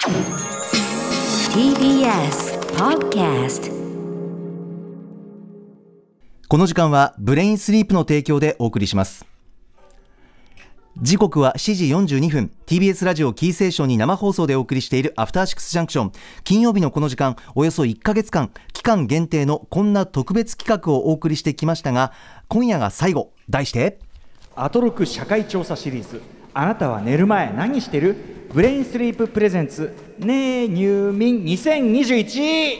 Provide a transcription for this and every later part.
TBS Podcast。 この時間はブレインスリープの提供でお送りします。時刻は7時42分 TBS ラジオキーステーションに生放送でお送りしているアフターシックスジャンクション。金曜日のこの時間、およそ1ヶ月間期間限定のこんな特別企画をお送りしてきましたが、今夜が最後。題してアトロク社会調査シリーズ、あなたは寝る前何してる？ブレインスリーププレゼンツねえ入眠2021。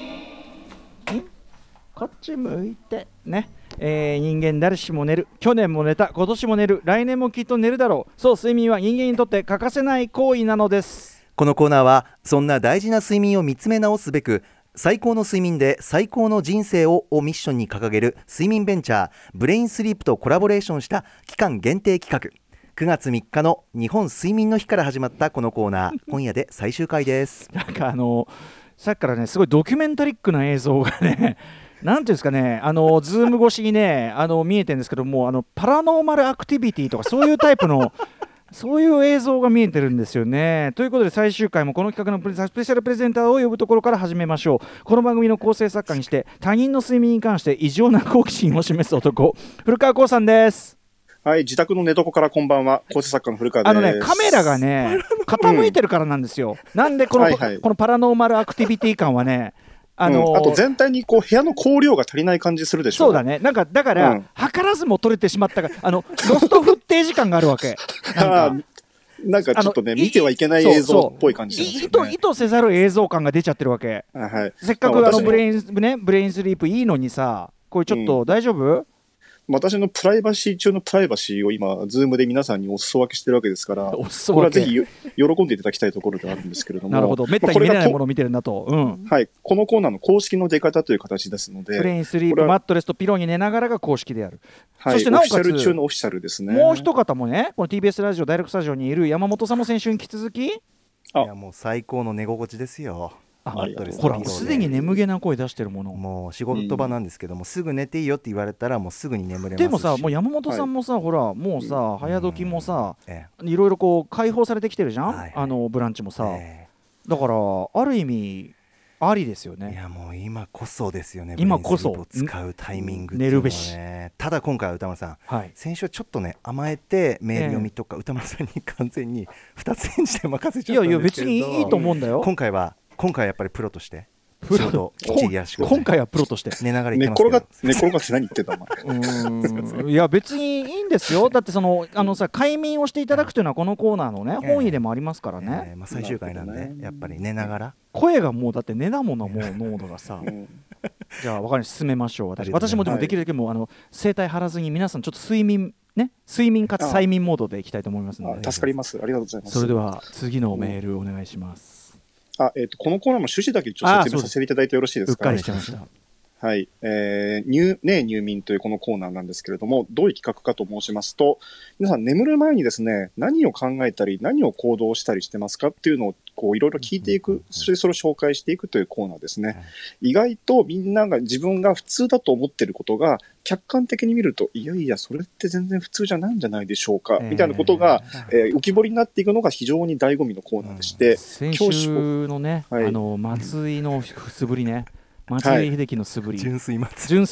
こっち向いてね、人間誰しも寝る。去年も寝た、今年も寝る、来年もきっと寝るだろう。そう、睡眠は人間にとって欠かせない行為なのです。 このコーナーはそんな大事な睡眠を見つめ直すべく、最高の睡眠で最高の人生をミッションに掲げる睡眠ベンチャーブレインスリープとコラボレーションした期間限定企画、9月3日の日本睡眠の日から始まったこのコーナー、今夜で最終回です。 なんかさっきからね、すごいドキュメンタリックな映像がねなんていうんですかね、ズーム越しにね見えてるんですけども、パラノーマルアクティビティとかそういうタイプのそういう映像が見えてるんですよね。ということで最終回もこの企画のスペシャルプレゼンターを呼ぶところから始めましょう。この番組の構成作家にして他人の睡眠に関して異常な好奇心を示す男、古川光さんです。 はい、自宅の寝床からこんばんは、構成作家の古川です。 カメラがね傾いてるからなんですよ、なんでこの、 はいはい、 このパラノーマルアクティビティ感はね、 あと全体にこう部屋の光量が足りない感じするでしょ。 そうだね、なんかだから、図らずも撮れてしまったからロストフッテージ感があるわけなんかちょっとね見てはいけない映像っぽい感じですよね。 意図せざる映像感が出ちゃってるわけ、 はい、 せっかくブレインスリープいいのにさ、これちょっと大丈夫？ 私のプライバシー中のプライバシーを今ズームで皆さんにお裾分けしてるわけですから、これはぜひ喜んでいただきたいところではあるんですけれどもなるほど、めったに見れないものを見てるんだと、 はい、このコーナーの公式の出方という形ですので、 ブレインスリープマットレスとピローに寝ながらが公式である、 はい、 そしてなおかつオフィシャル中のオフィシャルですね。 もう一方もね、この TBS ラジオ第6スタジオにいる山本さんも先週に引き続き、 いやもう最高の寝心地ですよ。 ほらすでに眠気な声出してるもの、 もう仕事場なんですけども、すぐ寝ていいよって言われたらもうすぐに眠れますし。 でもさ、もう山本さんもさ、ほらもうさ、早時もさ、いろいろこう解放されてきてるじゃん、ブランチもさ、だからある意味ありですよね。 いやもう今こそですよね、 今こそブレインスリープを使うタイミングっていうのは、ね、 寝るべし。 ただ今回は歌丸さん、先週はちょっとね甘えてメール読みとか、歌丸さんに完全に2つ返事で任せちゃったんですけど、 いや別にいいと思うんだよ。 今回はやっぱりプロとして仕事きっちりやらしてください。 今回はプロとして寝ながら言ってますけど、寝転がって何言ってたのいや別にいいんですよ。だってさ、快眠をしていただくというのはこのコーナーのね、本意でもありますからね、 最終回なんでやっぱり寝ながら、 声がもうだって寝だもの、もう濃度がさじゃあ分かり進めましょう。私もでもできるだけもう声帯張らずに皆さんちょっと睡眠かつ催眠モードでいきたいと思いますので、 助かります。ありがとうございます。 それでは次のメールお願いします。 このコーナーの趣旨だけちょっと説明させていただいてよろしいですか？ うっかりしてました。 はい、入眠というこのコーナーなんですけれども、どういう企画かと申しますと、皆さん眠る前にですね、何を考えたり何を行動したりしてますかっていうのをこういろいろ聞いていく、それを紹介していくというコーナーですね。意外とみんなが自分が普通だと思っていることが客観的に見ると、いやいやそれって全然普通じゃないんじゃないでしょうか、みたいなことが、浮き彫りになっていくのが非常に醍醐味のコーナーでして、 先週のね、松井の素振りね、松井秀喜の素振り、 純粋松井、 イ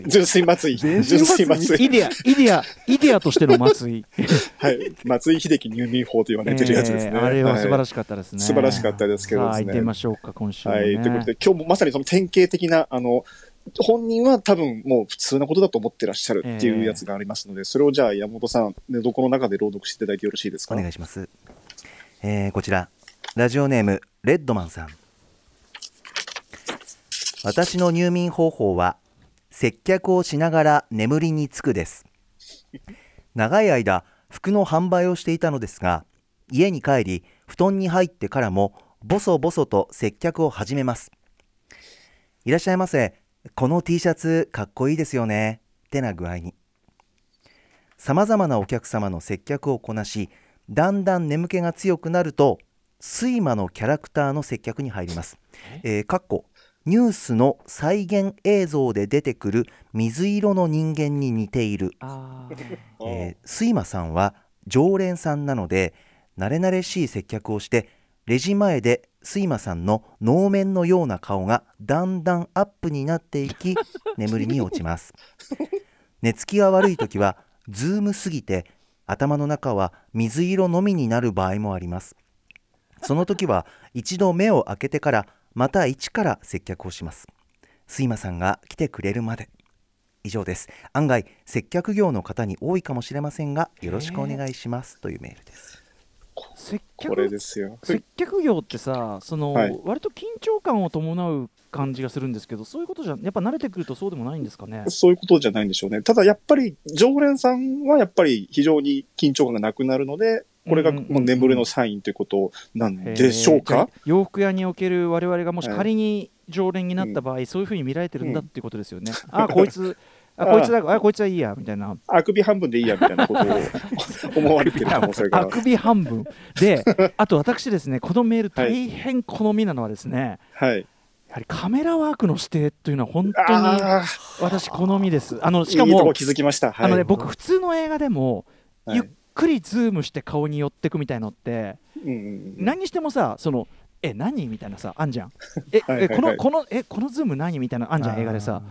デアとしての松井はい、松井秀喜入眠法と言われてるやつですね。 あれは素晴らしかったですね。 素晴らしかったですけどですね。 行ってみましょうか今週、 はい、ということで今日もまさにその典型的な本人は多分もう普通なことだと思ってらっしゃるっていうやつがありますので、それをじゃあ山本さん寝床の中で朗読していただいてよろしいですか？ お願いします。こちらラジオネームレッドマンさん。私の入眠方法は接客をしながら眠りにつくです。長い間服の販売をしていたのですが、家に帰り布団に入ってからもボソボソと接客を始めます。いらっしゃいませ、この T シャツかっこいいですよねってな具合に、さまざまなお客様の接客をこなし、だんだん眠気が強くなると睡魔のキャラクターの接客に入ります。ニュースの再現映像で出てくる水色の人間に似ている。睡魔さんは常連さんなので、慣れ慣れしい接客をしてレジ前で睡魔さんの能面のような顔がだんだんアップになっていき眠りに落ちます。寝つきが悪いときはズームすぎて頭の中は水色のみになる場合もあります。その時は一度目を開けてからまた一から接客をします。睡魔さんが来てくれるまで。以上です。案外接客業の方に多いかもしれませんが、よろしくお願いしますというメールです。 これですよ。 接客業ってさ、割と緊張感を伴う感じがするんですけど、そういうことじゃやっぱ慣れてくるとそうでもないんですかね。 そういうことじゃないんでしょうね。ただやっぱり常連さんはやっぱり非常に緊張感がなくなるので、これがもう眠りのサインということなんでしょうか。 洋服屋における我々がもし仮に常連になった場合、そういうふうに見られてるんだっていうことですよね。こいつはいいやみたいな、 あくび半分でいいやみたいなことを思われてる可能性が。 あくび半分で、あと私ですね、このメール大変好みなのはですね、 はい、 やはりカメラワークの指定というのは本当に私好みです。しかもいいとこ気づきました。 僕普通の映画でもゆっくりズームして顔に寄ってくみたいのって、何にしてもさ、何みたいなさあんじゃん。このズーム何みたいなあんじゃん、映画でさ。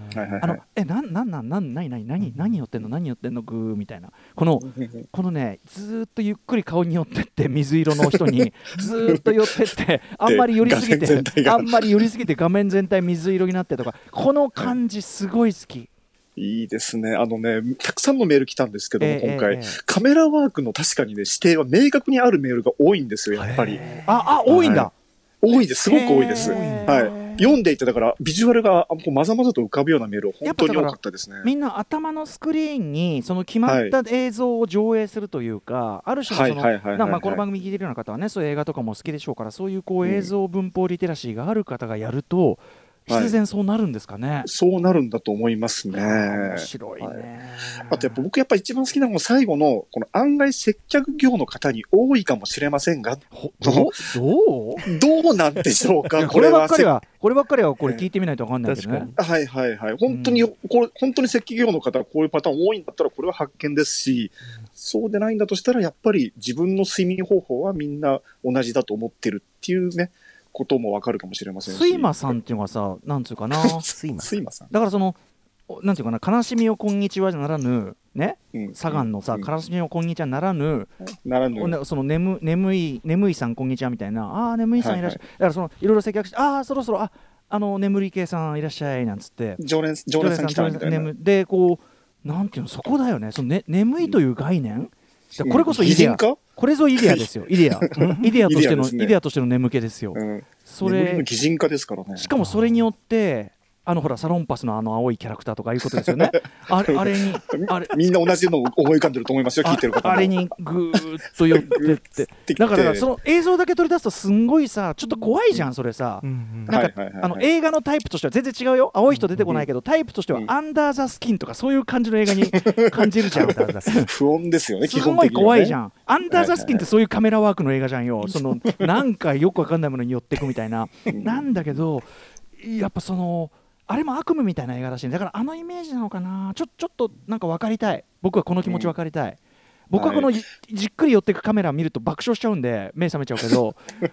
何寄ってんのグーみたいな、このね、ずーっとゆっくり顔に寄ってって水色の人にずーっと寄ってってあんまり寄りすぎて画面全体水色になってとか、この感じすごい好き。 いいですね。たくさんのメール来たんですけども、今回、カメラワークの確かにね、指定は明確にあるメールが多いんですよ、やっぱり。 多いんだ。 多いです。すごく多いです。はい。読んでいて、だから、ビジュアルがまざまざと浮かぶようなメールは本当に多かったですね。 みんな頭のスクリーンに、その決まった映像を上映するというか、ある種のこの番組聞いてるような方はね、そういう映画とかも好きでしょうから、そういう映像文法リテラシーがある方がやると、必然そうなるんですかね。 そうなるんだと思いますね。 面白いね。 あと僕一番好きなのは最後のこの案外接客業の方に多いかもしれませんが、どうなんでしょうか。 こればっかりは聞いてみないと分かんないけどね。 本当に接客業の方はこういうパターン多いんだったらこれは発見ですし、そうでないんだとしたらやっぱり自分の睡眠方法はみんな同じだと思ってるっていうね。こともわかるかもしれませんし。 睡魔さんっていうのがさ、なんつうかな、 睡魔さんだからなんていうかな、悲しみをこんにちはならぬね、サガンのさ、悲しみをこんにちはならぬ、眠いさんこんにちはみたいな、眠いさんいらっしゃい、だからいろいろ接客して、そろそろ眠り系さんいらっしゃいなんつって、 常連さん来たみたいな。 でなんていうの、そこだよね、眠いという概念、これこそイデア、これぞイデアですよ。イデアとしての眠気ですよ。 それの擬人化ですからね。 しかもそれによってほらサロンパスの青いキャラクターとかいうことですよね。あれにみんな同じのを思い浮かんでると思いますよ、聞いてる方も。 あれにぐーっと寄ってってだからその映像だけ取り出すとすんごいさ、ちょっと怖いじゃんそれさ。なんか映画のタイプとしては全然違うよ。青い人出てこないけど、タイプとしてはアンダーザスキンとかそういう感じの映画に感じるじゃん。 不穏ですよね、基本的に。 すごい怖いじゃん。アンダーザスキンってそういうカメラワークの映画じゃんよ。なんかよくわかんないものに寄ってくみたいな。なんだけどやっぱあれも悪夢みたいな映画らしい。だからイメージなのかな。ちょっとなんか分かりたい。僕はこの気持ち分かりたい。僕はこのじっくり寄っていくカメラ見ると爆笑しちゃうんで目覚めちゃうけど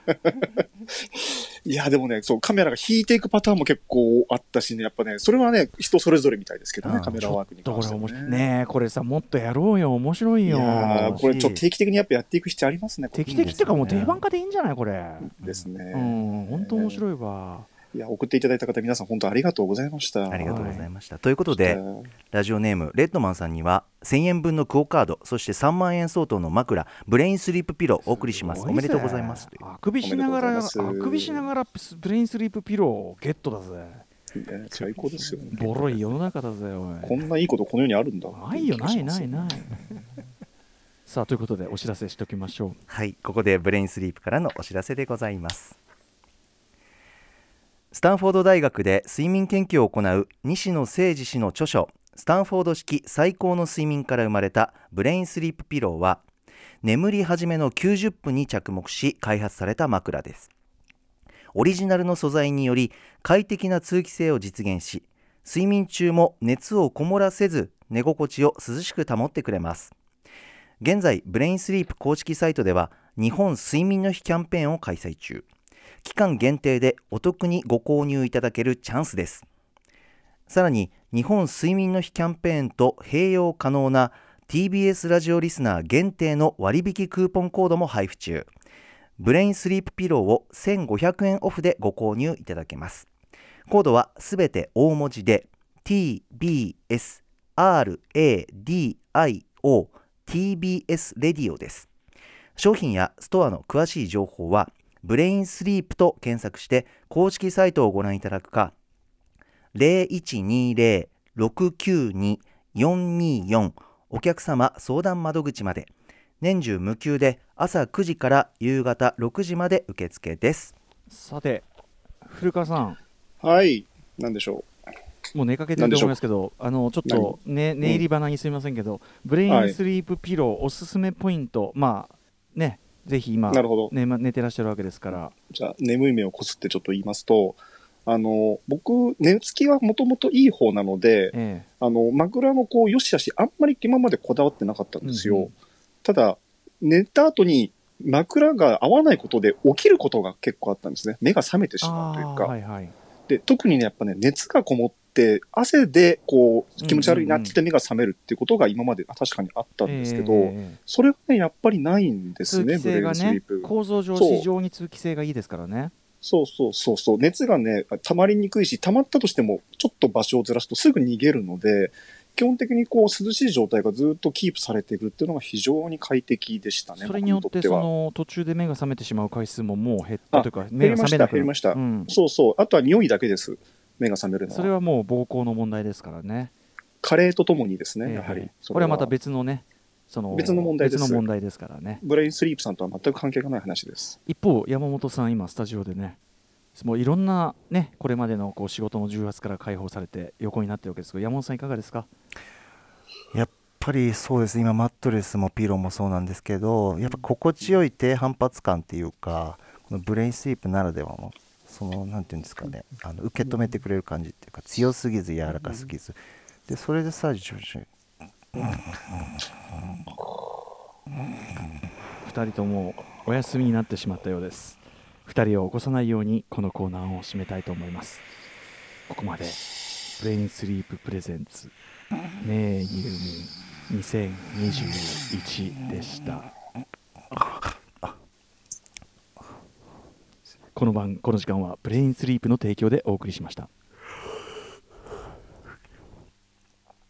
いやでもね、そうカメラが引いていくパターンも結構あったしね、やっぱねそれはね人それぞれみたいですけどね、カメラワークに関してはね。これさ、もっとやろうよ、面白いよ。 これちょっと定期的にやっぱやっていく必要ありますね。 定期的っていうかもう定番化でいいんじゃないこれ。 ですね。 本当面白いわ。 いや送っていただいた方皆さん本当ありがとうございました。 ありがとうございました。ということでラジオネームレッドマンさんには1000円分のクオカード、そして3万円相当の枕ブレインスリープピローお送りします。おめでとうございます。 あくびしながらブレインスリープピローゲットだぜ。 最高ですよね。 ボロい世の中だぜおい。 こんないいことこの世にあるんだ。 ないよ、ないさあということでお知らせしておきましょう。 はい、ここでブレインスリープからのお知らせでございます。スタンフォード大学で睡眠研究を行う西野誠二氏の著書スタンフォード式最高の睡眠から生まれたブレインスリープピローは、眠り始めの90分に着目し開発された枕です。オリジナルの素材により快適な通気性を実現し、睡眠中も熱をこもらせず寝心地を涼しく保ってくれます。現在ブレインスリープ公式サイトでは日本睡眠の日キャンペーンを開催中。 期間限定でお得にご購入いただけるチャンスです。さらに日本睡眠の日キャンペーンと併用可能な TBS ラジオリスナー限定の割引クーポンコードも配布中。ブレインスリープピローを1500円オフでご購入いただけます。コードはすべて大文字で TBS RADIO TBS レディオです。商品やストアの詳しい情報はブレインスリープと検索して公式サイトをご覧いただくか、0120-692-424 お客様相談窓口まで。年中無休で朝9時から夕方6時まで受付です。 さて古川さん、 はい、なんでしょもう寝かけてると思いますけど、ちょっと、寝入り花にすみませんけど、ブレインスリープピローおすすめポイント、まあね、ぜひ今、寝てらっしゃるわけですから。 じゃあ眠い目をこすってちょっと言いますと、僕寝つきはもともといい方なので、枕のこう良し悪しあんまり今までこだわってなかったんですよ。ただ寝た後に枕が合わないことで起きることが結構あったんですね。目が覚めてしまうというか、で特にねやっぱね熱がこもって汗でこう気持ち悪いなって言って目が覚めるっていうことが今まで確かにあったんですけど、それがねやっぱりないんですね。 通気性がね、構造上非常に通気性がいいですからね。 そう熱がね溜まりにくいし、溜まったとしてもちょっと場所をずらすとすぐ逃げるので、基本的にこう涼しい状態がずっとキープされているっていうのが非常に快適でしたね。 それによってその途中で目が覚めてしまう回数ももう減ったというか、目が覚めなく減りました、そうあとは匂いだけです。目が覚めるのはそれはもう膀胱の問題ですからね。 加齢とともにですね、やはりこれはまた別のね、 別の問題ですからね。 ブレインスリープさんとは全く関係がない話です。 一方山本さん、今スタジオでね、もういろんなねこれまでのこう仕事の重圧から解放されて横になってるわけですけど、山本さんいかがですか？ やっぱりそうです。今マットレスもピローもそうなんですけど、やっぱ心地よい低反発感っていうか、このブレインスリープならではのなんていうんですかね、受け止めてくれる感じっていうか、強すぎず柔らかすぎずで、それでさ2 人ともお休みになってしまったようです。2人を起こさないようにこのコーナーを締めたいと思います。ここまでブレインスリーププレゼンツねえユーミン2021でした。この時間はブレインスリープの提供でお送りしました。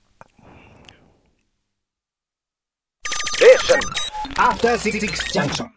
After 66 junction.